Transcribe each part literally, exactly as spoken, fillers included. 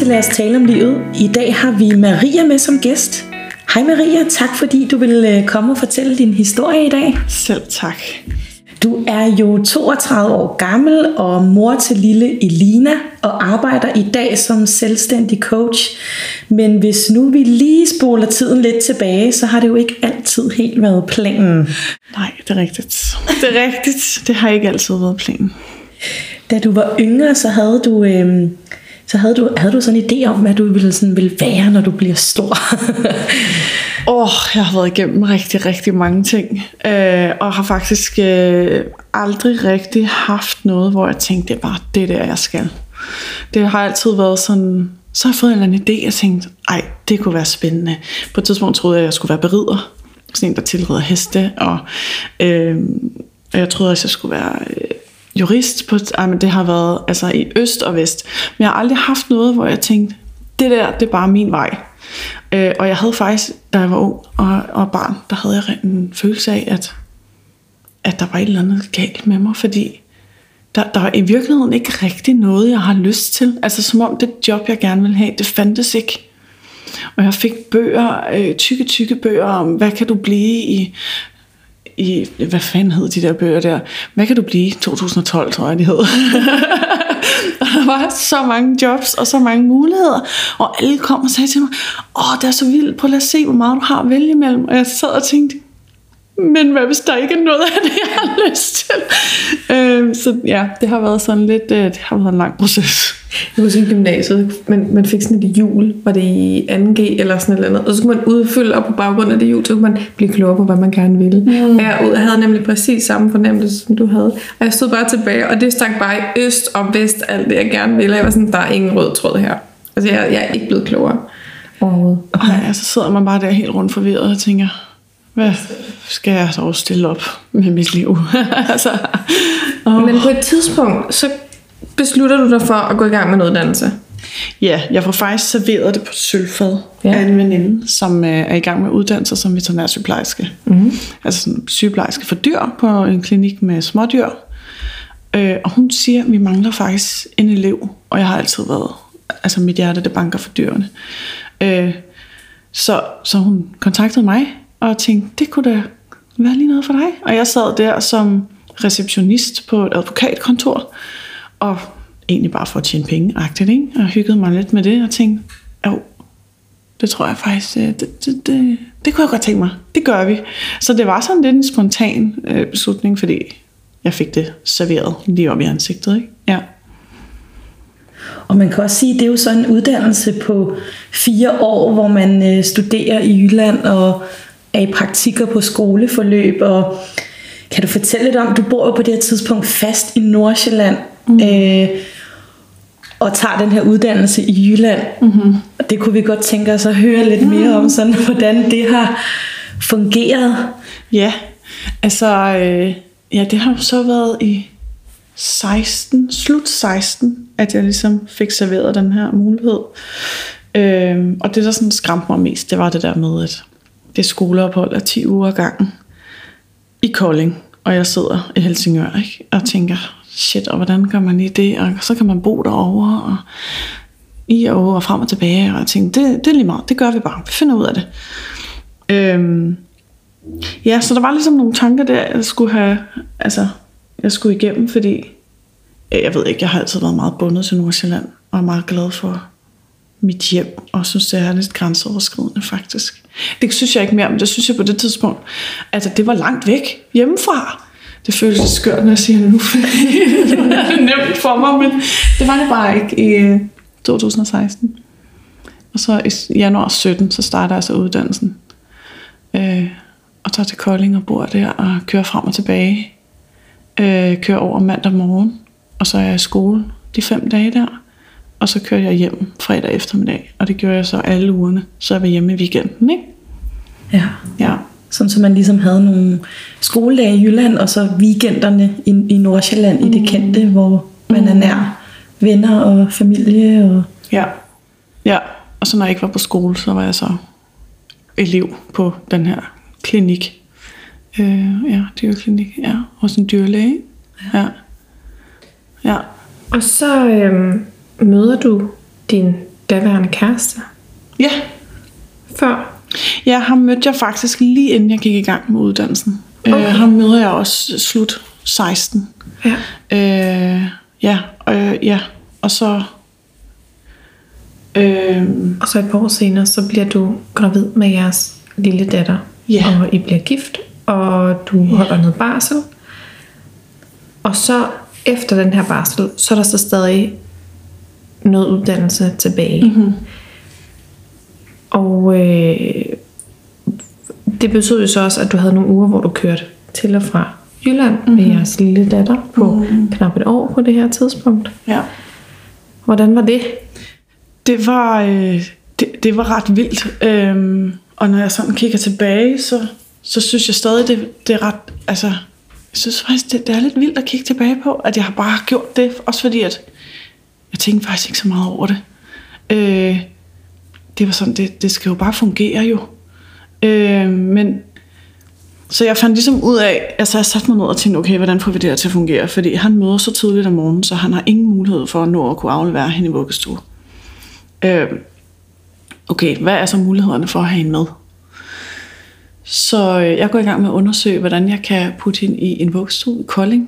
til Lad os tale om livet. I dag har vi Maria med som gæst. Hej Maria, tak fordi du vil komme og fortælle din historie i dag. Selv tak. Du er jo toogtredive år gammel og mor til lille Elina og arbejder i dag som selvstændig coach. Men hvis nu vi lige spoler tiden lidt tilbage, så har det jo ikke altid helt været planen. Nej, det er rigtigt. Det er rigtigt. Det har ikke altid været planen. Da du var yngre, så havde du, øh, så havde du, havde du sådan en idé om, hvad du ville, sådan, ville være, når du bliver stor. Åh, oh, jeg har været igennem rigtig, rigtig mange ting. Øh, og har faktisk øh, aldrig rigtig haft noget, hvor jeg tænkte, det er bare det der, jeg skal. Det har altid været sådan, så har jeg fået en eller anden idé, og tænkt, ej, det kunne være spændende. På et tidspunkt troede jeg, at jeg skulle være berider. Sådan en, der tilreder heste. Og øh, jeg troede også, jeg skulle være øh, jurist. På, ej, men det har været altså, i øst og vest. Men jeg har aldrig haft noget, hvor jeg tænkte, det der, det er bare min vej. Øh, og jeg havde faktisk, da jeg var ung og, og barn, der havde jeg en følelse af, at, at der var et eller andet galt med mig, fordi der, der var i virkeligheden ikke rigtig noget, jeg har lyst til. Altså som om det job, jeg gerne ville have, det fandtes ikke. Og jeg fik bøger, øh, tykke, tykke bøger om, hvad kan du blive i, i, hvad fanden hed de der bøger der? Hvad kan du blive i to tusind og tolv, tror jeg, de hed. Og der var så mange jobs og så mange muligheder, og alle kom og sagde til mig, åh, det er så vildt, prøv at se, hvor meget du har at vælge imellem. Og jeg sad og tænkte, men hvad hvis der ikke er noget af det, jeg har lyst til? Øh, så ja, det har været sådan lidt, det har været en lang proces. Jeg husker i gymnasiet, man, man fik sådan et hjul, var det i anden G eller sådan et eller andet, og så kunne man udfylde, og på baggrund af det hjul, så kunne man blive klogere på, hvad man gerne ville. Mm. Og jeg havde nemlig præcis samme fornemmelse, som du havde. Og jeg stod bare tilbage, og det stak bare i øst og vest, alt det jeg gerne ville. Jeg var sådan, der er ingen rød tråd her. Altså jeg, jeg er ikke blevet klogere overhovedet. Og ja, så sidder man bare der helt rundt forvirret og tænker, hvad skal jeg så stille op med mit liv? altså, oh. Men på et tidspunkt, så beslutter du dig for at gå i gang med en uddannelse? Ja, jeg får faktisk serveret det på sølvfad ja. af en veninde, som er i gang med uddannelse som veterinærsygeplejerske. Mm-hmm. Altså sådan sygeplejerske for dyr på en klinik med smådyr. Øh, og hun siger, at vi mangler faktisk en elev, og jeg har altid været, altså mit hjerte, det banker for dyrene. Øh, så, så hun kontaktede mig og tænkte, det kunne da være lige noget for dig. Og jeg sad der som receptionist på et advokatkontor, og egentlig bare for at tjene penge-agtigt, ikke? Og hyggede mig lidt med det, og tænkte, jo, det tror jeg faktisk, det, det, det, det kunne jeg godt tænke mig. Det gør vi. Så det var sådan lidt en spontan øh, beslutning, fordi jeg fik det serveret lige op i ansigtet, ikke? Ja. Og man kan også sige, at det er jo sådan en uddannelse på fire år, hvor man øh, studerer i Jylland og er i praktikker på skoleforløb. Og kan du fortælle lidt om, du bor jo på det her tidspunkt fast i Nordsjælland, mm. øh, og tager den her uddannelse i Jylland. Mm-hmm. Og det kunne vi godt tænke os at høre lidt mere om, sådan, hvordan det har fungeret. Ja, altså øh, ja, det har så været i seksten, slut seksten, at jeg ligesom fik serveret den her mulighed. Øhm, og det der sådan skræmte mig mest, det var det der med, at det skoleophold er ti uger ad gangen i Kolding, og jeg sidder i Helsingør, ikke? Og tænker, shit, og hvordan gør man lige det? Og så kan man bo derovre, og i og over og frem og tilbage, og jeg tænkte, det, det er lige meget, det gør vi bare, vi finder ud af det. Øhm, ja, så der var ligesom nogle tanker der, jeg skulle have, altså, jeg skulle igennem, fordi jeg ved ikke, jeg har altid været meget bundet til Nordsjælland, og er meget glad for mit hjem, og synes, det er lidt grænseoverskridende faktisk. Det synes jeg ikke mere, men det synes jeg på det tidspunkt, altså det var langt væk hjemmefra. Det føles skørt, når jeg siger det nu, fordi det er nemt for mig, men det var det bare ikke i to tusind og seksten. Og så i januar sytten, så starter jeg så uddannelsen, øh, og tager til Kolding og bor der, og kører frem og tilbage. Øh, kører over mandag morgen, og så er jeg i skole de fem dage der, og så kører jeg hjem fredag eftermiddag, og det gjorde jeg så alle ugerne, så jeg var hjemme i weekenden, ikke? Ja. Ja. Sådan så man ligesom havde nogle skoledage i Jylland, og så weekenderne i, i Nordsjælland, mm. i det kendte, hvor man er nær venner og familie. Og ja. Ja, og så når jeg ikke var på skole, så var jeg så elev på den her klinik. Øh, ja, dyrklinik, ja, hos en dyrlæge. Ja. Ja. Ja. Og så øhm, møder du din daværende kæreste? Ja. Før? Ja, ham mødte jeg faktisk lige inden jeg gik i gang med uddannelsen. Okay. Øh, ham møder jeg også slut seksten. Ja. Øh, ja, øh, ja, og så... Øh, og så et par år senere, så bliver du gravid med jeres lille datter. Ja. Og I bliver gift, og du ja. holder noget barsel. Og så efter den her barsel, så er der så stadig noget uddannelse tilbage. Mm-hmm. Og øh, det betød jo så også, at du havde nogle uger, hvor du kørte til og fra Jylland mm-hmm. med jeres lille datter på mm-hmm. knap et år på det her tidspunkt. Ja. Hvordan var det? Det var, øh, det, det var ret vildt. Øhm, og når jeg sådan kigger tilbage, så, så synes jeg stadig, det, det er ret... Altså, jeg synes faktisk, det, det er lidt vildt at kigge tilbage på, at jeg har bare gjort det. Også fordi, at jeg tænkte faktisk ikke så meget over det. Øh, det var sådan, det, det skal jo bare fungere jo. Øh, men... Så jeg fandt ligesom ud af, altså jeg satte mig ned og tænkte, okay, hvordan får vi det her til at fungere? Fordi han møder så tidligt om morgenen, så han har ingen mulighed for at nå at kunne aflevere hende i vuggestue. Øh, okay, hvad er så mulighederne for at have hende med? Så jeg går i gang med at undersøge, hvordan jeg kan putte hende i en vuggestue i Kolding.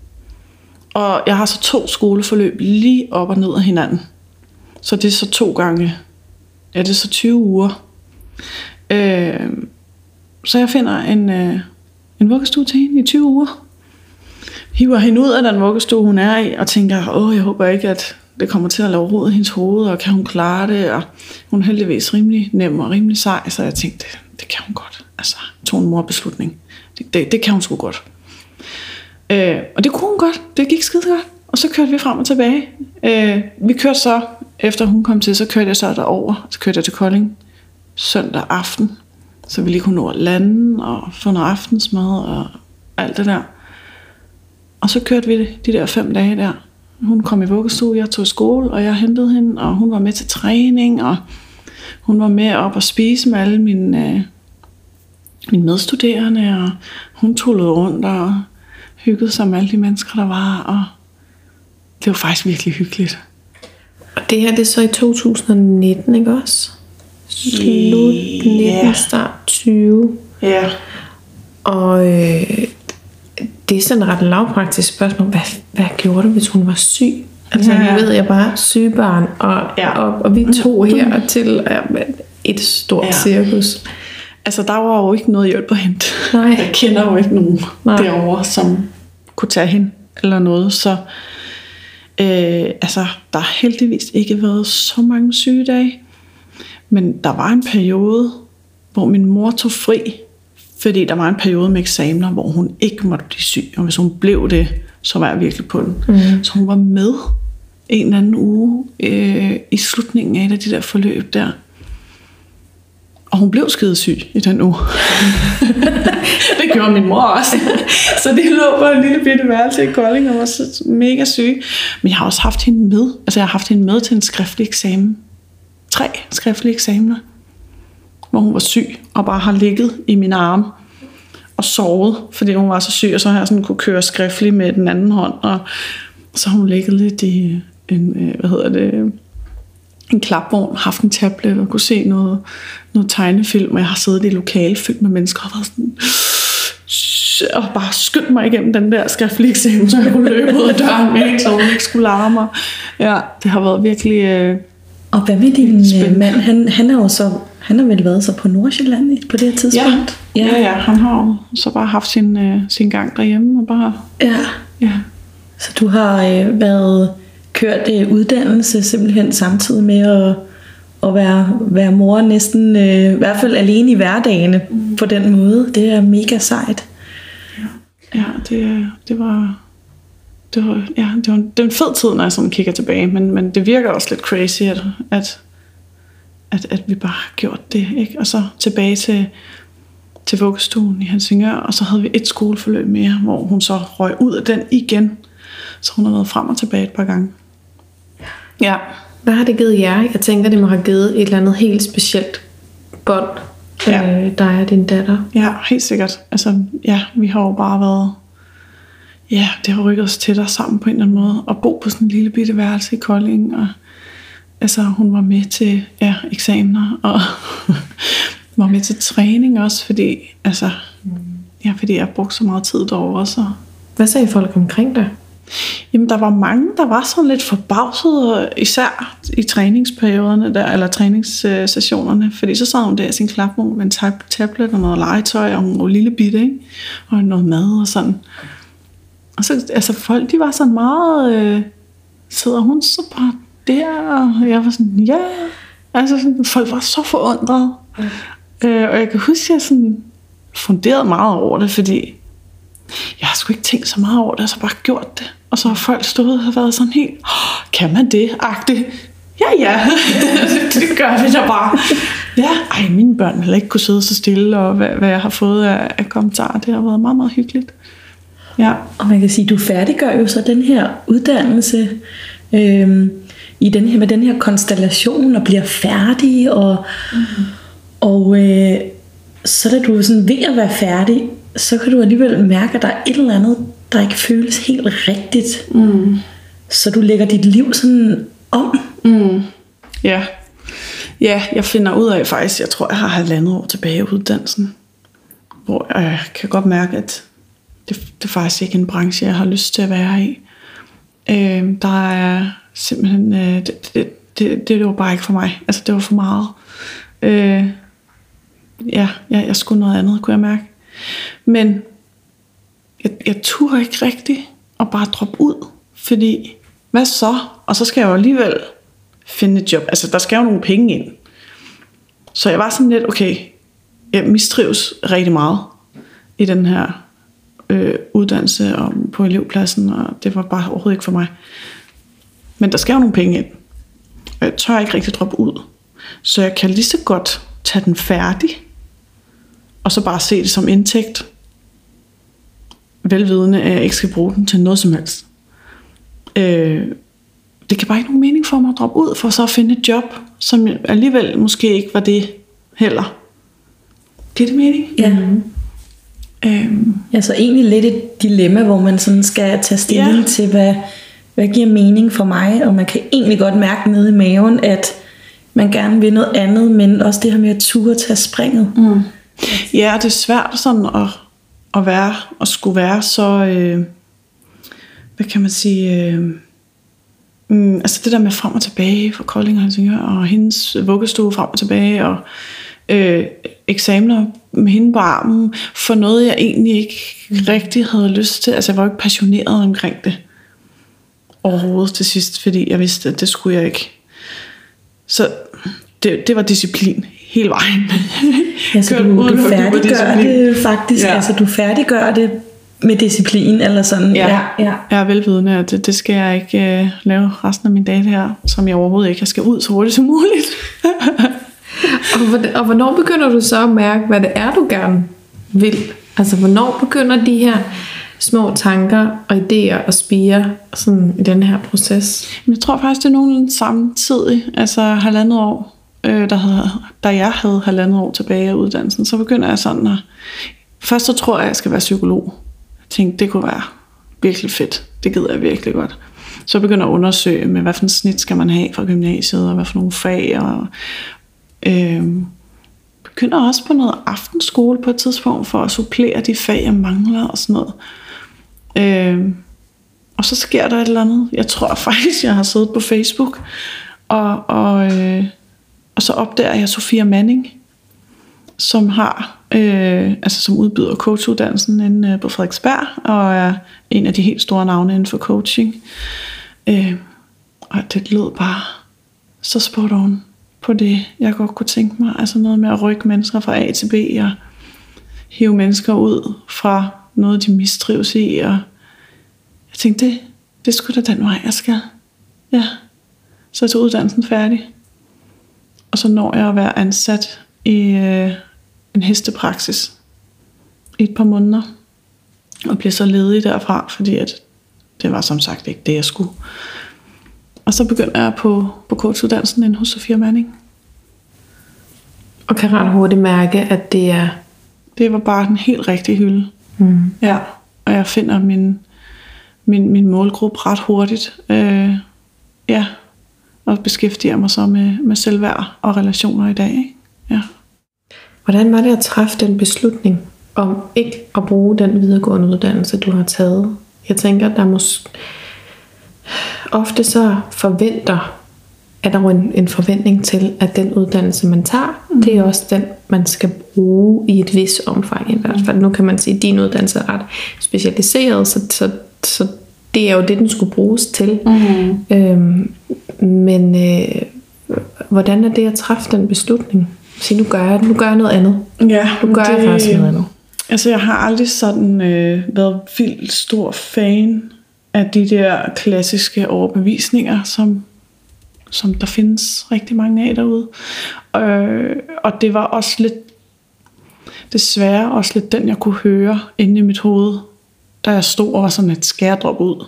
Og jeg har så to skoleforløb lige op og ned af hinanden. Så det er så to gange, ja det er så tyve uger. Øh, Så jeg finder en, øh, en vuggestue til hende i tyve uger. Hiver hende ud af den vuggestue, hun er i, og tænker, åh, jeg håber ikke, at det kommer til at lave rod i hendes hoved, og kan hun klare det? Og hun er heldigvis rimelig nem og rimelig sej, så jeg tænkte, det, det kan hun godt. Altså, tog en morbeslutning. Det, det, det kan hun sgu godt. Øh, og det kunne hun godt. Det gik skide godt. Og så kørte vi frem og tilbage. Øh, vi kørte så, efter hun kom til, så kørte jeg så derover. Så kørte jeg til Kolding søndag aften. Så vi lige kunne nå at lande og få noget aftensmad og alt det der. Og så kørte vi de der fem dage der. Hun kom i vuggestue, jeg tog i skole, og jeg hentede hende, og hun var med til træning, og hun var med op og spise med alle mine, øh, mine medstuderende, og hun tullede rundt og hyggede sig med alle de mennesker, der var, og det var faktisk virkelig hyggeligt. Og det her, det er så i to tusind nitten, ikke også? Slut nitten, yeah. Start tyve. Ja. Yeah. Og øh, det er sådan et ret lavpraktisk spørgsmål. Hvad, hvad gjorde du, hvis hun var syg? Altså, ja. Nu ved jeg bare, sygebarn, og, ja. og, og vi to her til et stort ja. cirkus. Altså, der var jo ikke noget hjælp at hente. Nej. Jeg kender jo ikke nogen Nej. derovre, som kunne tage hende eller noget. Så øh, altså, der har heldigvis ikke været så mange sygedage. Men der var en periode, hvor min mor tog fri, fordi der var en periode med eksamener, hvor hun ikke måtte blive syg. Og hvis hun blev det, så var jeg virkelig på den. Mm. Så hun var med en eller anden uge øh, i slutningen af et af de der forløb der. Og hun blev skidesyg i den uge. Det gjorde min mor også. Så det lå på en lille bitte værelse i Kolding og var så mega syg. Men jeg har også haft hende med. Altså jeg har haft hende med til en skriftlig eksamen. Tre skriftlige eksamener, hvor hun var syg og bare har ligget i mine arme og sovet, fordi hun var så syg, og så har jeg sådan kunne køre skriftligt med den anden hånd, og så har hun ligget lidt i en, hvad hedder det, en klapvogn, haft en tablet og kunne se noget, noget tegnefilm, og jeg har siddet i et lokale fyldt med mennesker og været sådan, og bare skyndt mig igennem den der skriftlige eksamen, så jeg kunne løbe ud af døren med, så hun ikke skulle larme mig. Ja, det har været virkelig... Øh, Og hvad med din spændende mand? Han, han har jo så, han har vel været så på Nordsjælland på det her tidspunkt? Ja, ja, ja, han har jo så bare haft sin, øh, sin gang derhjemme og bare... Ja. Ja. Så du har øh, været kørt øh, uddannelse simpelthen samtidig med at, at være, være mor næsten, øh, i hvert fald alene i hverdagene mm. på den måde. Det er mega sejt. Ja, ja det, det var... Det var, ja, det var, det var en fed tid, når jeg sådan kigger tilbage, men, men det virker også lidt crazy, at, at, at, at vi bare har gjort det, ikke? Og så tilbage til, til vuggestuen i Helsingør, og så havde vi et skoleforløb mere, hvor hun så røg ud af den igen, så hun har været frem og tilbage et par gange. Ja. Hvad har det givet jer? Jeg tænker, det må have givet et eller andet helt specielt bånd, ja. øh, dig og din datter. Ja, helt sikkert. Altså, ja, vi har jo bare været... Ja, det har rykket os tættere sammen på en eller anden måde. At bo på sådan en lille bitte værelse i Kolding. Og, altså hun var med til ja, eksamener, og var med til træning også, fordi, altså, ja, fordi jeg brugte så meget tid derovre. Så. Hvad sagde folk omkring dig? Jamen, der var mange, der var sådan lidt forbavset, især i træningsperioderne der, eller træningssessionerne, fordi så sad hun der i sin klapvogn med en tab- tablet og noget legetøj, og en lille bitte, ikke? Og noget mad og sådan. Og så, altså folk, de var sådan meget, øh, sidder hun så bare der, og jeg var sådan, ja, altså sådan, folk var så forundrede. Mm. Øh, og jeg kan huske, at jeg sådan funderede meget over det, fordi jeg har sgu ikke tænkt så meget over det, og så bare gjort det. Og så har folk stået og været sådan helt, oh, kan man det? Agtigt. Ja, ja, det gør vi da bare. Ja, ej, mine børn vil ikke kunne sidde så stille, og hvad, hvad jeg har fået af, af kommentarer, det har været meget, meget hyggeligt. Ja. Og man kan sige, du færdiggør jo så den her uddannelse øhm, i den her, med den her konstellation, og bliver færdig, og, mm-hmm. og øh, så da du er sådan ved at være færdig, så kan du alligevel mærke, at der er et eller andet, der ikke føles helt rigtigt. Mm. Så du lægger dit liv sådan om. Mm. Ja. Ja, jeg finder ud af faktisk, jeg tror, jeg har halvandet år tilbage i uddannelsen, hvor jeg kan godt mærke, at det, det er faktisk ikke en branche, jeg har lyst til at være i. Øh, der er simpelthen, øh, det, det, det, det var bare ikke for mig. Altså, det var for meget. Øh, ja, jeg, jeg skulle noget andet, kunne jeg mærke. Men jeg, jeg turde ikke rigtigt at bare droppe ud, fordi hvad så? Og så skal jeg jo alligevel finde et job. Altså, der skal jo nogle penge ind. Så jeg var sådan lidt, okay, jeg mistrives rigtig meget i den her øh, uddannelse og på elevpladsen, og det var bare overhovedet ikke for mig. Men der skal jo nogle penge ind. Og jeg tør ikke rigtig droppe ud. Så jeg kan lige så godt tage den færdig, og så bare se det som indtægt, velvidende, at jeg ikke skal bruge den til noget som helst. Øh, det kan bare ikke nogen mening for mig at droppe ud, for så at finde et job, som alligevel måske ikke var det heller. Giver det mening? Ja. Mm-hmm. Øhm. Ja, så egentlig lidt et dilemma, hvor man sådan skal tage stilling ja. til, hvad, hvad giver mening for mig, og man kan egentlig godt mærke nede i maven, at man gerne vil noget andet, men også det her med at ture tage springet. Mm. Ja, det er svært sådan at, at være, og skulle være så, øh, hvad kan man sige, øh, mm, altså det der med frem og tilbage for Kolding og Helsingør, og hendes vuggestue frem og tilbage, og øh, eksamener med hende på armen, for noget jeg egentlig ikke rigtig havde lyst til. Altså jeg var ikke passioneret omkring det overhovedet til sidst, fordi jeg vidste, at det skulle jeg ikke. Så det, det var disciplin hele vejen. Ja, så du, du færdiggør det faktisk, ja. altså du færdiggør det med disciplin, eller sådan. Ja, ja, ja. Jeg er velvidende, at det, det skal jeg ikke uh, lave resten af min dag her, som jeg overhovedet ikke. Jeg skal ud så hurtigt som muligt. og, og hvornår begynder du så at mærke, hvad det er, du gerne vil? Altså, hvornår begynder de her små tanker og idéer at spire sådan i den her proces? Jeg tror faktisk, det er nogenlunde samtidig, altså halvandet år, øh, der havde, da jeg havde halvandet år tilbage af uddannelsen, så begynder jeg sådan at, først så tror jeg, at jeg skal være psykolog. Jeg tænkte, det kunne være virkelig fedt. Det gider jeg virkelig godt. Så jeg begynder at undersøge med, hvad for en snit skal man have fra gymnasiet, og hvad for nogle fag, og øh, begynder også på noget aftenskole på et tidspunkt, for at supplere de fag, jeg mangler, og sådan noget. Øh, og så sker der et eller andet. Jeg tror faktisk, jeg har siddet på Facebook, og, og, øh, og så opdager jeg Sofia Manning, som har øh, altså som udbyder coachuddannelsen inde på Frederiksberg, og er en af de helt store navne inden for coaching. Øh, og det lød bare så spot on på det, jeg godt kunne tænke mig. Altså noget med at rykke mennesker fra A til B, og hive mennesker ud fra noget, de mistrives i. Og jeg tænkte, det, det skulle da den vej, jeg skal. Ja. Så er jeg uddannelsen færdig. Og så når jeg at være ansat i øh, en hestepraksis i et par måneder. Og bliver så ledig derfra, fordi at det var som sagt ikke det, jeg skulle. Og så begynder jeg på, på coachuddannelsen inde hos Sofia Manning. Og kan ret hurtigt mærke, at det er... Det var bare den helt rigtige hylde. Mm. Ja, og jeg finder min, min, min målgruppe ret hurtigt. Øh, ja, og beskæftiger mig så med, med selvværd og relationer i dag. Ikke? Ja. Hvordan var det at træffe den beslutning om ikke at bruge den videregående uddannelse, du har taget? Jeg tænker, der måske ofte så forventer, er der jo en, en forventning til, at den uddannelse, man tager, mm. det er også den, man skal bruge i et vis omfang i hvert fald. Nu kan man sige, at din uddannelse er ret specialiseret, så, så, så det er jo det, den skulle bruges til. Mm. Øhm, men øh, hvordan er det at træffe den beslutning? Så nu gør jeg, nu gør jeg noget andet. Ja, nu gør det, jeg faktisk noget andet. Altså, jeg har aldrig sådan øh, været vildt stor fan af de der klassiske overbevisninger, som, som der findes rigtig mange af derude. Øh, og det var også lidt, desværre også lidt den, jeg kunne høre inde i mit hoved, da jeg stod og var sådan et skærdrop ud.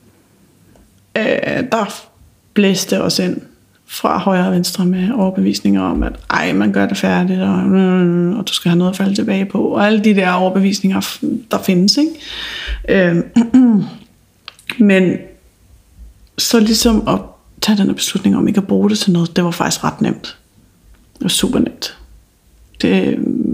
Øh, der blæste os ind fra højre og venstre med overbevisninger om, at ej, man gør det færdigt, og, og du skal have noget at falde tilbage på, og alle de der overbevisninger, der findes, ikke? Øh, men så ligesom at tage den beslutning om ikke at bruge det til noget, det var faktisk ret nemt. Det var super nemt. Det,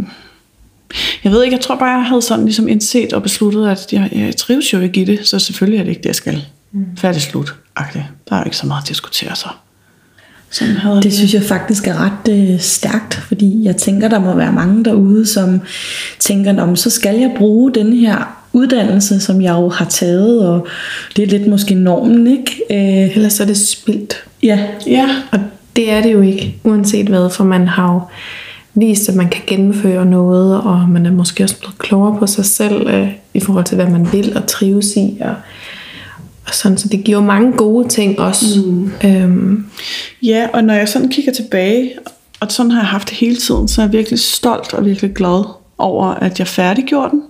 jeg ved ikke, jeg tror bare, jeg havde sådan ligesom indset og besluttet, at jeg, jeg trives jo ikke i det, så selvfølgelig er det ikke det, jeg skal. Mm. Færdig slut. Agtigt. Der er ikke så meget at diskutere så. Sådan det, det synes jeg faktisk er ret øh, stærkt, fordi jeg tænker, der må være mange derude, som tænker, om så skal jeg bruge den her uddannelse, som jeg jo har taget, og det er lidt måske normen, ikke? Øh, Ellers er det spildt. Ja. Ja. Og det er det jo ikke, uanset hvad, for man har jo vist, at man kan gennemføre noget, og man er måske også blevet klogere på sig selv, øh, i forhold til, hvad man vil og trives i, og Og sådan, så det giver mange gode ting også. Mm. Øhm. Ja, og når jeg sådan kigger tilbage, og sådan har jeg haft det hele tiden, så er jeg virkelig stolt og virkelig glad over, at jeg færdiggjorde den.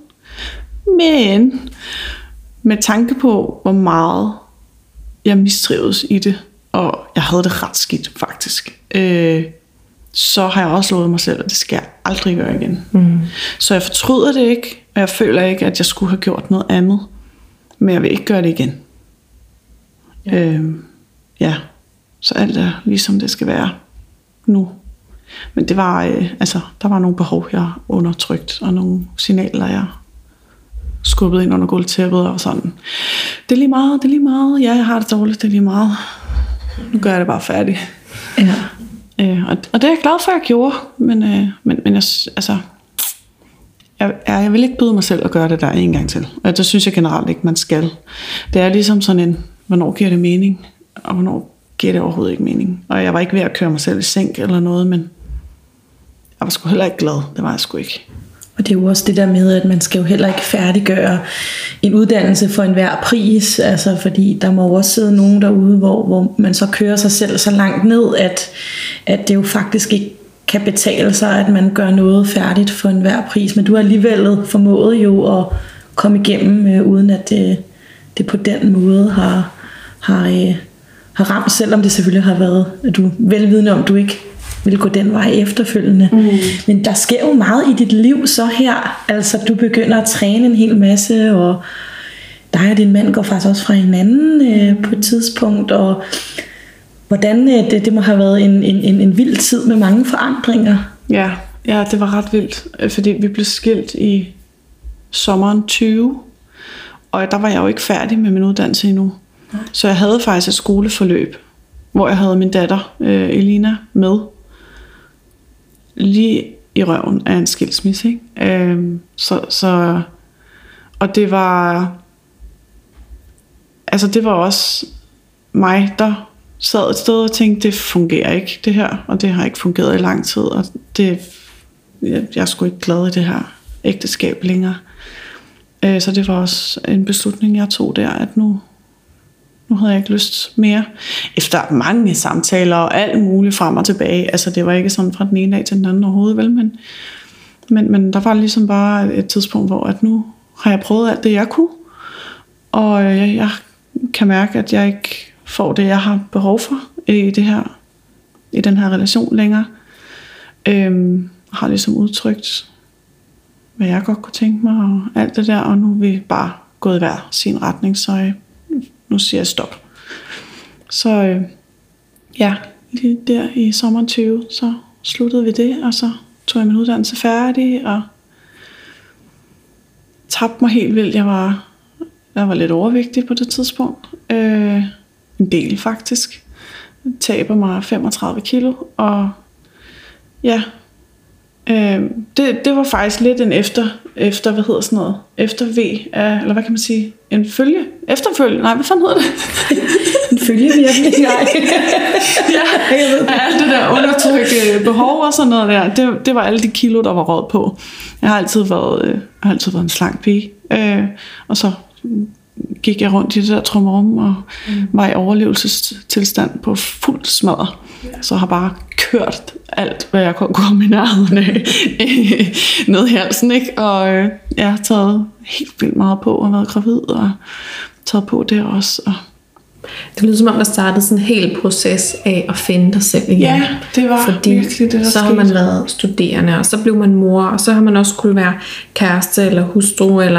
Men med tanke på, hvor meget jeg mistrivedes i det, og jeg havde det ret skidt faktisk, øh, så har jeg også lovet mig selv, at det skal jeg aldrig gøre igen. Mm. Så jeg fortryder det ikke, og jeg føler ikke, at jeg skulle have gjort noget andet. Men jeg vil ikke gøre det igen. Ja. Øhm, ja, så alt er ligesom det skal være nu. Men det var, øh, altså, der var nogle behov, jeg undertrykt, og nogle signaler, jeg skubbede ind under gulvtæppet og sådan. Det er lige meget, det er lige meget. Ja, jeg har det dårligt, det er lige meget. Nu gør jeg det bare færdigt. Ja. Øh, og, og det er jeg glad for, at jeg gjorde. Men, øh, men, men jeg, altså, jeg, jeg vil ikke byde mig selv at gøre det der en gang til. Og det synes jeg generelt ikke, man skal. Det er ligesom sådan en, hvornår giver det mening, og hvornår giver det overhovedet ikke mening. Og jeg var ikke ved at køre mig selv i sænk eller noget, men jeg var sgu heller ikke glad. Det var jeg sgu ikke. Og det er jo også det der med, at man skal jo heller ikke færdiggøre en uddannelse for enhver pris, altså fordi der må også sidde nogen derude, hvor, hvor man så kører sig selv så langt ned, at, at det jo faktisk ikke kan betale sig, at man gør noget færdigt for enhver pris. Men du har alligevel formået jo at komme igennem, øh, uden at det, det på den måde har, har, øh, har ramt, selvom det selvfølgelig har været, at du er velvidende om, du ikke vil gå den vej efterfølgende. Mm. Men der sker jo meget i dit liv så her. Altså du begynder at træne en hel masse, og dig og din mand går faktisk også fra hinanden øh, på et tidspunkt, og hvordan øh, det, det må have været en, en, en vild tid med mange forandringer. Ja, ja, det var ret vildt, fordi vi blev skilt i sommeren tyve, og der var jeg jo ikke færdig med min uddannelse endnu. Nej. Så jeg havde faktisk et skoleforløb, hvor jeg havde min datter, øh, Elina, med lige i røven af en skilsmisse, ikke? Øhm, så, så, og det var, altså det var også mig, der sad et sted og tænkte, det fungerer ikke det her, og det har ikke fungeret i lang tid, og det, jeg, jeg er sgu ikke glad i det her ægteskab længere. Øh, så det var også en beslutning, jeg tog der, at nu Nu havde jeg ikke lyst mere. Efter mange samtaler og alt muligt frem og tilbage. Altså det var ikke sådan fra den ene dag til den anden overhovedet, vel? Men, men, men der var ligesom bare et tidspunkt, hvor at nu har jeg prøvet alt det, jeg kunne. Og jeg, jeg kan mærke, at jeg ikke får det, jeg har behov for i, det her, i den her relation længere. Øhm, har ligesom udtrykt, hvad jeg godt kunne tænke mig og alt det der. Og nu er vi bare gået i hver sin retning, så nu siger jeg stop. Så, øh, ja, lige der i sommeren tyve, så sluttede vi det, og så tog jeg min uddannelse færdig, og tabte mig helt vildt. Jeg var, jeg var lidt overvægtig på det tidspunkt. Øh, en del faktisk. Jeg taber mig femogtredive kilo, og ja, øh, det, det var faktisk lidt en efter, efter, hvad hedder sådan noget, efter V, af, eller hvad kan man sige, en følge, efterfølge, nej, hvad fanden hedder det? En følgevirkning, nej. Ja, alt det der undertrykte behov og sådan noget der, det, det var alle de kilo, der var råd på. Jeg har altid været, jeg har altid været en slank pige, øh, og så gik jeg rundt i det der trummerum og mm. var i overlevelsestilstand på fuld smadret. Yeah. Så har bare kørt alt, hvad jeg kunne komme i nærheden af ned i halsen, ikke? Og øh, jeg har taget helt vildt meget på og været gravid og taget på det også. Og det lyder som om, der startede sådan en hel proces af at finde dig selv igen. Ja, det var fordi virkelig det, der så har man været studerende, og så blev man mor, og så har man også kunne være kæreste eller hustru, eller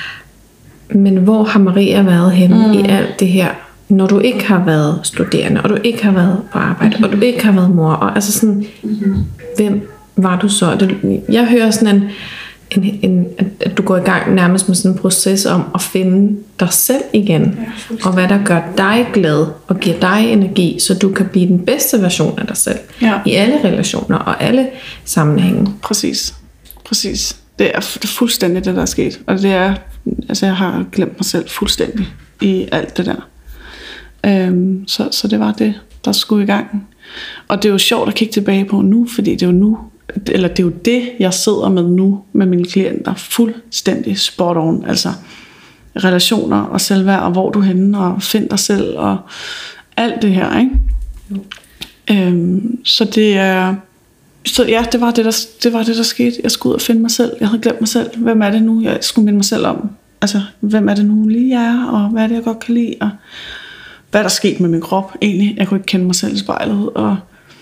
men hvor har Maria været henne mm. i alt det her, når du ikke har været studerende, og du ikke har været på arbejde, mm-hmm. og du ikke har været mor, og altså sådan, mm-hmm. hvem var du så? Det, jeg hører sådan en, en, en, at du går i gang nærmest med sådan en proces om at finde dig selv igen, ja, og hvad der gør dig glad, og giver dig energi, så du kan blive den bedste version af dig selv, ja. I alle relationer, og alle sammenhænge. Præcis, præcis. Det er, det er fuldstændig det, der er sket, og det er, altså jeg har glemt mig selv fuldstændig i alt det der. Øhm, så, så det var det, der skulle i gang. Og det er jo sjovt at kigge tilbage på nu, fordi det er jo nu, eller det er jo det, jeg sidder med nu med mine klienter, fuldstændig spot on. Altså relationer og selvværd, og hvor du er henne, og find dig selv, og alt det her, ikke? Øhm, så det er... Så ja, det var det, der, det var det, der skete. Jeg skulle ud og finde mig selv. Jeg havde glemt mig selv. Hvem er det nu, jeg skulle minde mig selv om? Altså, hvem er det nu lige jeg er, og hvad er det, jeg godt kan lide, og hvad der skete med min krop egentlig. Jeg kunne ikke kende mig selv i spejlet, og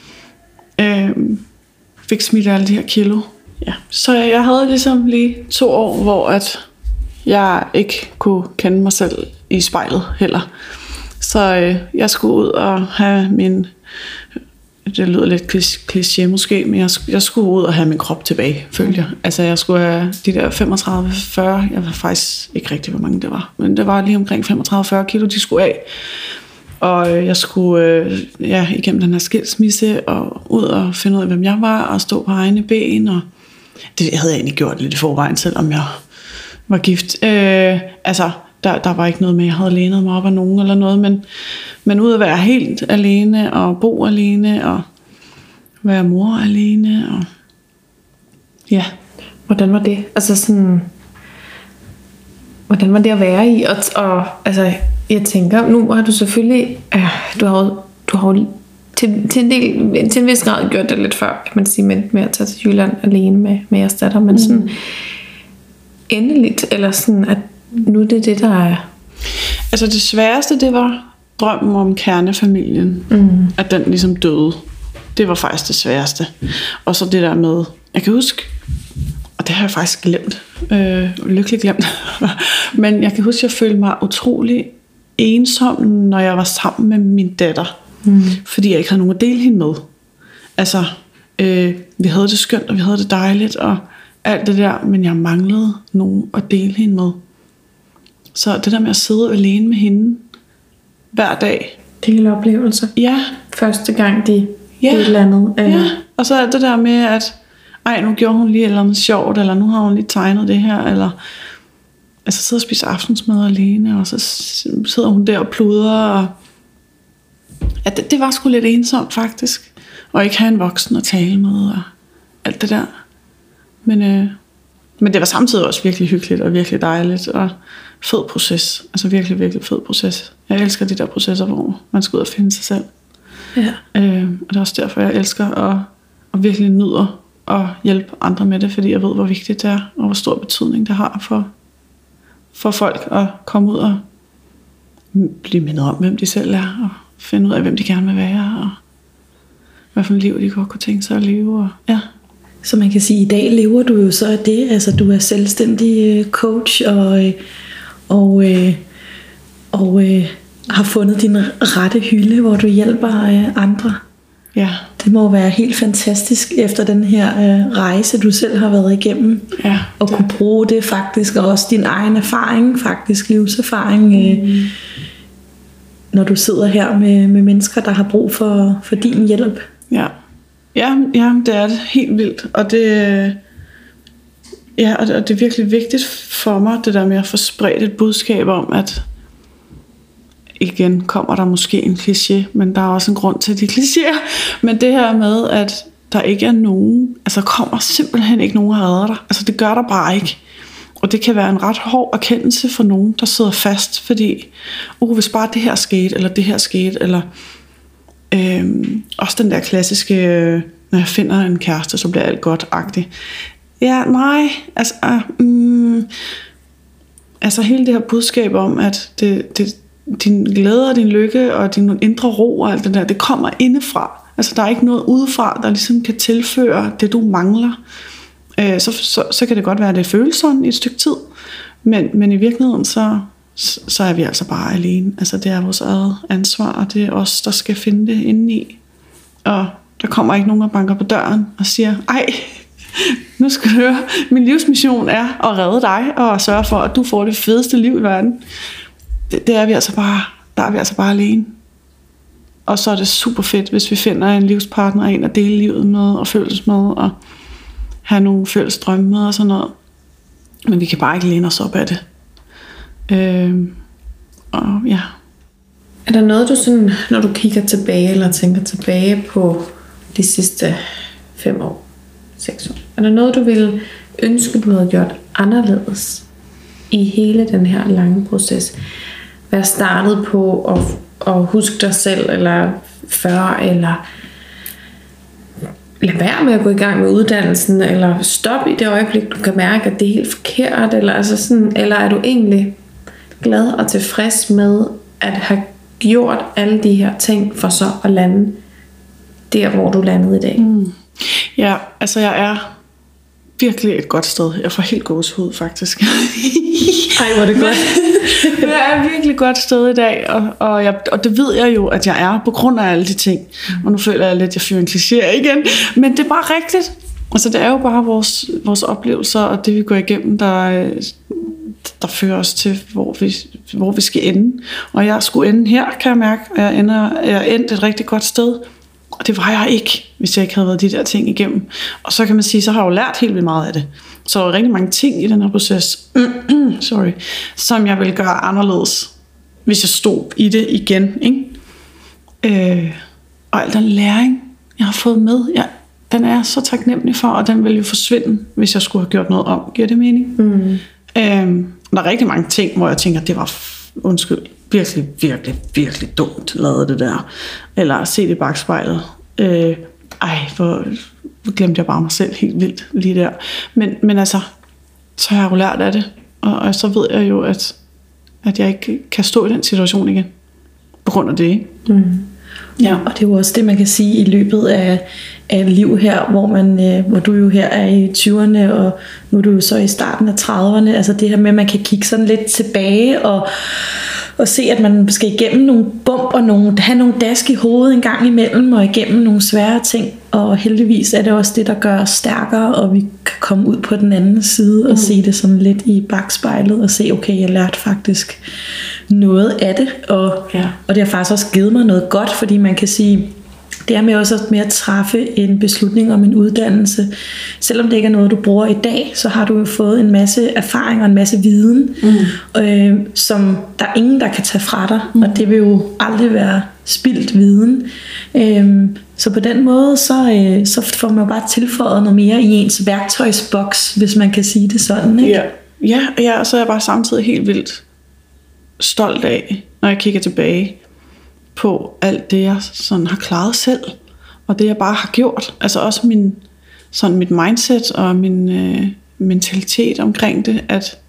øh, fik smidt alle de her kilo. Ja. Så jeg havde ligesom lige to år, hvor at jeg ikke kunne kende mig selv i spejlet heller. Så øh, jeg skulle ud og have min... Det lyder lidt kliché måske, men jeg, jeg skulle ud og have min krop tilbage, følte jeg. Altså jeg skulle have de der femogtredive fyrre, jeg ved faktisk ikke rigtig, hvor mange det var, men det var lige omkring femogtredive fyrre kilo, de skulle af. Og jeg skulle ja, igennem den her skilsmisse og ud og finde ud af, hvem jeg var, og stå på egne ben. Og det havde jeg egentlig gjort lidt i forvejen, selvom jeg var gift. Øh, altså, der, der var ikke noget med, at jeg havde lænet mig op af nogen eller noget, men, men ud at være helt alene, og bo alene, og være mor alene, og ja. Hvordan var det? Altså sådan, hvordan var det at være i? Og, og altså, jeg tænker, nu har du selvfølgelig, øh, du har jo, du har jo til, til, en del, til en vis grad gjort det lidt før, kan man sige, med, med at tage til Jylland alene med, med jeres datter, men sådan mm. endeligt, eller sådan, at nu er det det, der er... Altså det sværeste, det var drømmen om kernefamilien, mm. at den ligesom døde. Det var faktisk det sværeste. Og så det der med, jeg kan huske, og det har jeg faktisk glemt, øh, lykkeligt glemt, men jeg kan huske, at jeg følte mig utrolig ensom, når jeg var sammen med min datter, mm. fordi jeg ikke havde nogen at dele hende med. Altså, øh, vi havde det skønt, og vi havde det dejligt, og alt det der, men jeg manglede nogen at dele hende med. Så det der med at sidde alene med hende hver dag. Dele oplevelser. Ja. Første gang de ja. et eller andet. Øh. Ja. Og så er det der med, at ej, nu gjorde hun lige et eller andet sjovt, eller nu har hun lige tegnet det her, eller altså sidder og spiser aftensmad alene, og så sidder hun der og pludrer, og ja, det, det var sgu lidt ensomt faktisk, og ikke have en voksen at tale med, og alt det der. Men, øh, men det var samtidig også virkelig hyggeligt, og virkelig dejligt, og fed proces, altså virkelig, virkelig fed proces. Jeg elsker de der processer, hvor man skal ud og finde sig selv. Ja. Øh, og det er også derfor, jeg elsker at, at virkelig nyder at hjælpe andre med det, fordi jeg ved, hvor vigtigt det er, og hvor stor betydning det har for, for folk at komme ud og blive mindet om, hvem de selv er, og finde ud af, hvem de gerne vil være, og hvad for et liv de godt kunne tænke sig at leve. Og, ja. Så man kan sige, at i dag lever du jo så af det, altså du er selvstændig coach, og, og, og, og har fundet din rette hylde, hvor du hjælper øh, andre. Ja. Det må være helt fantastisk efter den her øh, rejse, du selv har været igennem. Ja. Og kunne bruge det faktisk, og også din egen erfaring, faktisk livserfaring, øh, mm. når du sidder her med, med mennesker, der har brug for, for din hjælp. Ja. Ja, ja, det er det helt vildt. Og det, ja, og det er virkelig vigtigt for mig, det der med at få spredt et budskab om, at igen kommer der måske en kliché, men der er også en grund til de klichéer. Men det her med, at der ikke er nogen, altså kommer simpelthen ikke nogen og redder dig. Altså det gør der bare ikke. Og det kan være en ret hård erkendelse for nogen, der sidder fast, fordi, uh, hvis bare det her skete, eller det her skete, eller øhm, også den der klassiske, øh, når jeg finder en kæreste, så bliver alt godt-agtigt. Ja, nej, altså, øh, mm, altså hele det her budskab om, at det, det din glæde og din lykke og din indre ro og alt det der, det kommer indefra. Altså der er ikke noget udefra, der ligesom kan tilføre det, du mangler. Øh, så, så, så kan det godt være, at det føles sådan i et stykke tid. Men, men i virkeligheden, så, så er vi altså bare alene. Altså det er vores eget ansvar, og det er os, der skal finde det indeni. Og der kommer ikke nogen, der banker på døren og siger, ej, nu skal du høre, min livsmission er at redde dig og sørge for, at du får det fedeste liv i verden. Det, det er vi altså bare, der er vi altså bare alene. Og så er det super fedt, hvis vi finder en livspartner, en at dele livet med og føles med og have nogle fælles drømme med og sådan noget. Men vi kan bare ikke læne os op af det. Øh, og ja. Er der noget, du sådan, når du kigger tilbage eller tænker tilbage på de sidste fem år, seks år, er der noget, du ville ønske, du havde gjort anderledes i hele den her lange proces? Være startet på at, at huske dig selv, eller før, eller lade være med at gå i gang med uddannelsen, eller stoppe i det øjeblik, du kan mærke, at det er helt forkert, eller, altså sådan, eller er du egentlig glad og tilfreds med at have gjort alle de her ting, for så at lande der, hvor du landede i dag? Mm. Ja, altså jeg er virkelig et godt sted. Jeg får helt gåsehud, faktisk. Ej, hvor er det godt. Men jeg er virkelig et godt sted i dag, og, og, jeg, og det ved jeg jo, at jeg er, på grund af alle de ting. Og nu føler jeg lidt, at jeg fyrer en kliché igen. Men det er bare rigtigt. Altså, det er jo bare vores, vores oplevelser, og det vi går igennem, der, der fører os til, hvor vi, hvor vi skal ende. Og jeg skulle ende her, kan jeg mærke. Og jeg, ender, jeg endte et rigtig godt sted. Og det var jeg ikke, hvis jeg ikke havde været de der ting igennem. Og så kan man sige, så har jeg jo lært helt vildt meget af det. Så der er rigtig mange ting i den her proces, sorry, som jeg ville gøre anderledes, hvis jeg stod i det igen. Ikke? Øh, og al den læring, jeg har fået med, jeg, den er jeg så taknemmelig for, og den ville jo forsvinde, hvis jeg skulle have gjort noget om. Giver det mening? Mm. Øh, der er rigtig mange ting, hvor jeg tænker, det var, undskyld, virkelig, virkelig, virkelig dumt lavet det der. Eller se det i bagspejlet. Øh, ej, hvor glemte jeg bare mig selv helt vildt lige der. Men, men altså, så har jeg jo lært af det. Og, og så ved jeg jo, at, at jeg ikke kan stå i den situation igen. På grund af det, ikke? Mm. Ja, og det er jo også det, man kan sige i løbet af, af liv her, hvor, man, øh, hvor du jo her er i tyverne, og nu er du jo så i starten af trediverne. Altså det her med, at man kan kigge sådan lidt tilbage og og se, at man skal igennem nogle bump og nogle, have nogle dask i hovedet en gang imellem, og igennem nogle svære ting. Og heldigvis er det også det, der gør os stærkere, og vi kan komme ud på den anden side og mm. se det sådan lidt i bagspejlet, og se, okay, jeg lærte faktisk noget af det, og, ja. og det har faktisk også givet mig noget godt, fordi man kan sige, det er med også med at træffe en beslutning om en uddannelse. Selvom det ikke er noget, du bruger i dag, så har du jo fået en masse erfaring og en masse viden, mm. øh, som der er ingen, der kan tage fra dig. Mm. Og det vil jo aldrig være spildt viden. Øh, så på den måde, så, øh, så får man jo bare tilføjet noget mere i ens værktøjsboks, hvis man kan sige det sådan. Ikke? Ja. Ja, ja, og så er jeg bare samtidig helt vildt stolt af, når jeg kigger tilbage på alt det, jeg sådan har klaret selv, og det, jeg bare har gjort. Altså også min, sådan mit mindset og min øh, mentalitet omkring det, at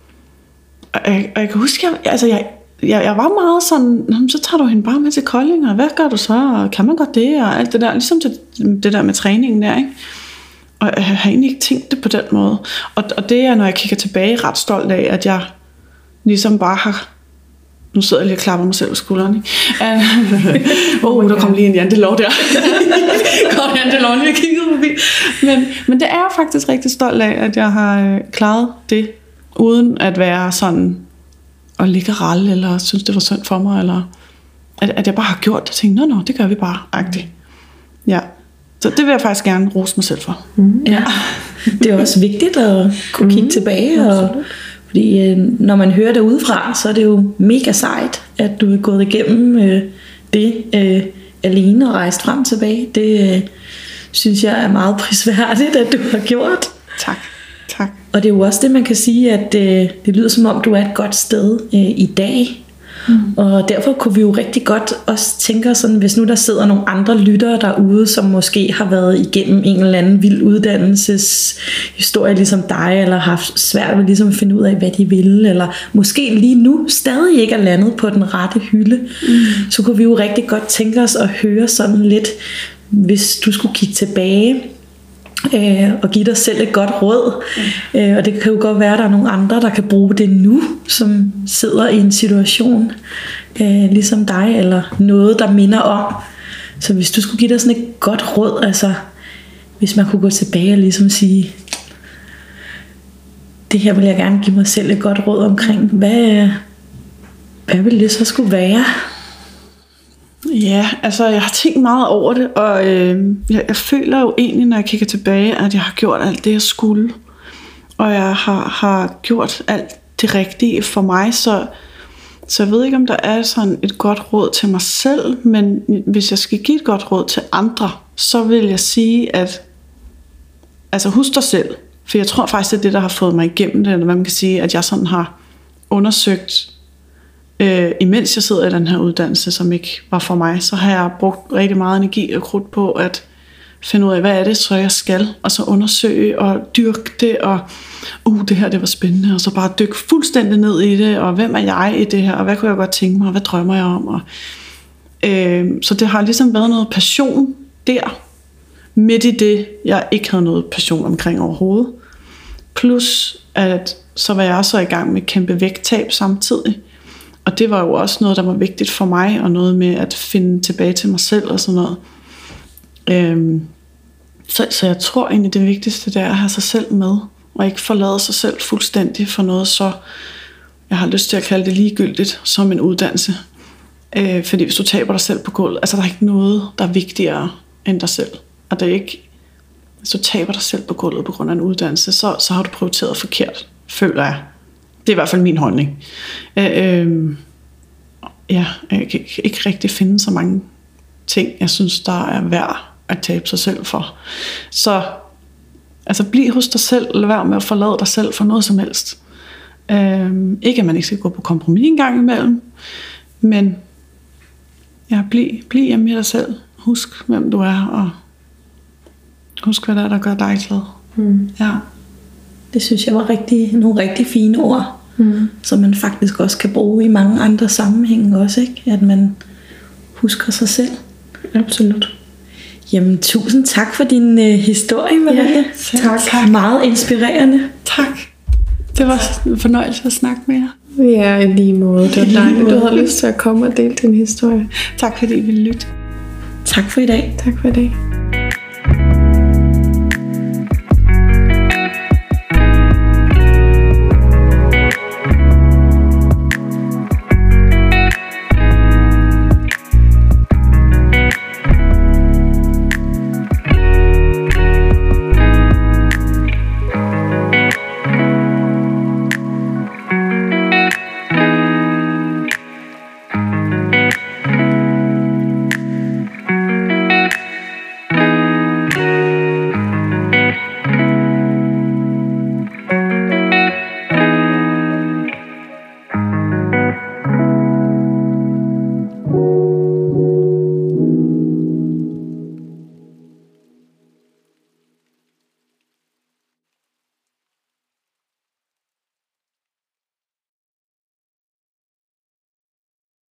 og jeg, og jeg kan huske, jeg, altså jeg, jeg, jeg var meget sådan, så tager du hende bare med til Kolding, og hvad gør du så, og kan man godt det, og alt det der, ligesom det, det der med træningen der, ikke? Og jeg har egentlig ikke tænkt det på den måde. Og, og det er, når jeg kigger tilbage, ret stolt af, at jeg ligesom bare har Nu sidder jeg lige og klapper mig selv på skulderen, ikke? Åh, oh, der kom lige en jantelov der. Kom jantelov lige og kiggede forbi. Men, men det er jeg faktisk rigtig stolt af, at jeg har klaret det, uden at være sådan, og ligge og ralle, eller synes det var synd for mig, eller at, at jeg bare har gjort det, og tænkt, nå, nå, det gør vi bare, agtigt. Ja. Så det vil jeg faktisk gerne rose mig selv for. Mm. Ja. Det er også vigtigt at kunne kigge mm. tilbage, og fordi øh, når man hører det udefra, så er det jo mega sejt, at du er gået igennem øh, det øh, alene og rejst frem og tilbage. Det øh, synes jeg er meget prisværdigt, at du har gjort. Tak. Tak. Og det er jo også det, man kan sige, at øh, det lyder som om, du er et godt sted øh, i dag. Mm. Og derfor kunne vi jo rigtig godt også tænke sådan, hvis nu der sidder nogle andre lyttere derude, som måske har været igennem en eller anden vild uddannelseshistorie ligesom dig, eller har haft svært ved ligesom at finde ud af, hvad de ville, eller måske lige nu stadig ikke er landet på den rette hylde, mm. så kunne vi jo rigtig godt tænke os at høre sådan lidt, hvis du skulle kigge tilbage Øh, og give dig selv et godt råd. Mm. øh, og det kan jo godt være at der er nogle andre der kan bruge det nu, som sidder i en situation øh, ligesom dig, eller noget der minder om. Så hvis du skulle give dig sådan et godt råd, altså hvis man kunne gå tilbage og ligesom sige, det her vil jeg gerne give mig selv et godt råd omkring, hvad, hvad ville det så skulle være? Ja, altså jeg har tænkt meget over det, og øh, jeg, jeg føler jo egentlig, når jeg kigger tilbage, at jeg har gjort alt det, jeg skulle. Og jeg har, har gjort alt det rigtige for mig, så, så jeg ved ikke, om der er sådan et godt råd til mig selv, men hvis jeg skal give et godt råd til andre, så vil jeg sige, at altså husk dig selv. For jeg tror faktisk, det er det, der har fået mig igennem det, eller hvad man kan sige, at jeg sådan har undersøgt, Øh, imens jeg sidder i den her uddannelse, som ikke var for mig, så har jeg brugt rigtig meget energi og krudt på at finde ud af, hvad er det, så jeg skal, og så undersøge og dyrke det, og uh, det her det var spændende, og så bare dykke fuldstændig ned i det, og hvem er jeg i det her, og hvad kunne jeg godt tænke mig, og hvad drømmer jeg om, og, øh, så det har ligesom været noget passion der, midt i det, jeg ikke havde noget passion omkring overhovedet, plus at så var jeg så i gang med kæmpe vægttab samtidig. Og det var jo også noget, der var vigtigt for mig, og noget med at finde tilbage til mig selv og sådan noget. Øhm, så, så jeg tror egentlig, det vigtigste det er at have sig selv med, og ikke forlade sig selv fuldstændig for noget så, jeg har lyst til at kalde det ligegyldigt, som en uddannelse. Øh, fordi hvis du taber dig selv på gulvet, altså der er ikke noget, der er vigtigere end dig selv. Og det er ikke, hvis du taber dig selv på gulvet på grund af en uddannelse, så, så har du prioriteret forkert, føler jeg. Det er i hvert fald min holdning. Øh, øh, ja, jeg kan ikke rigtig finde så mange ting, jeg synes, der er værd at tabe sig selv for. Så altså, bliv hos dig selv, eller vær med at forlade dig selv for noget som helst. Øh, ikke at man ikke skal gå på kompromis en gang imellem, men ja, bliv, bliv hjemme i dig selv. Husk, hvem du er, og husk, hvad der er, der gør dig glad. Mm. Ja. Det synes jeg var rigtig, nogle rigtig fine ord, mm. som man faktisk også kan bruge i mange andre sammenhænge også, ikke? At man husker sig selv. Absolut. Jamen, tusind tak for din øh, historie, Maria. Ja, tak. tak. Meget inspirerende. Tak. Det var en fornøjelse at snakke med jer. Ja, i lige måde. Det var dejligt, du havde lyst til at komme og dele din historie. Tak fordi I ville lytte. Tak for i dag. Tak for i dag.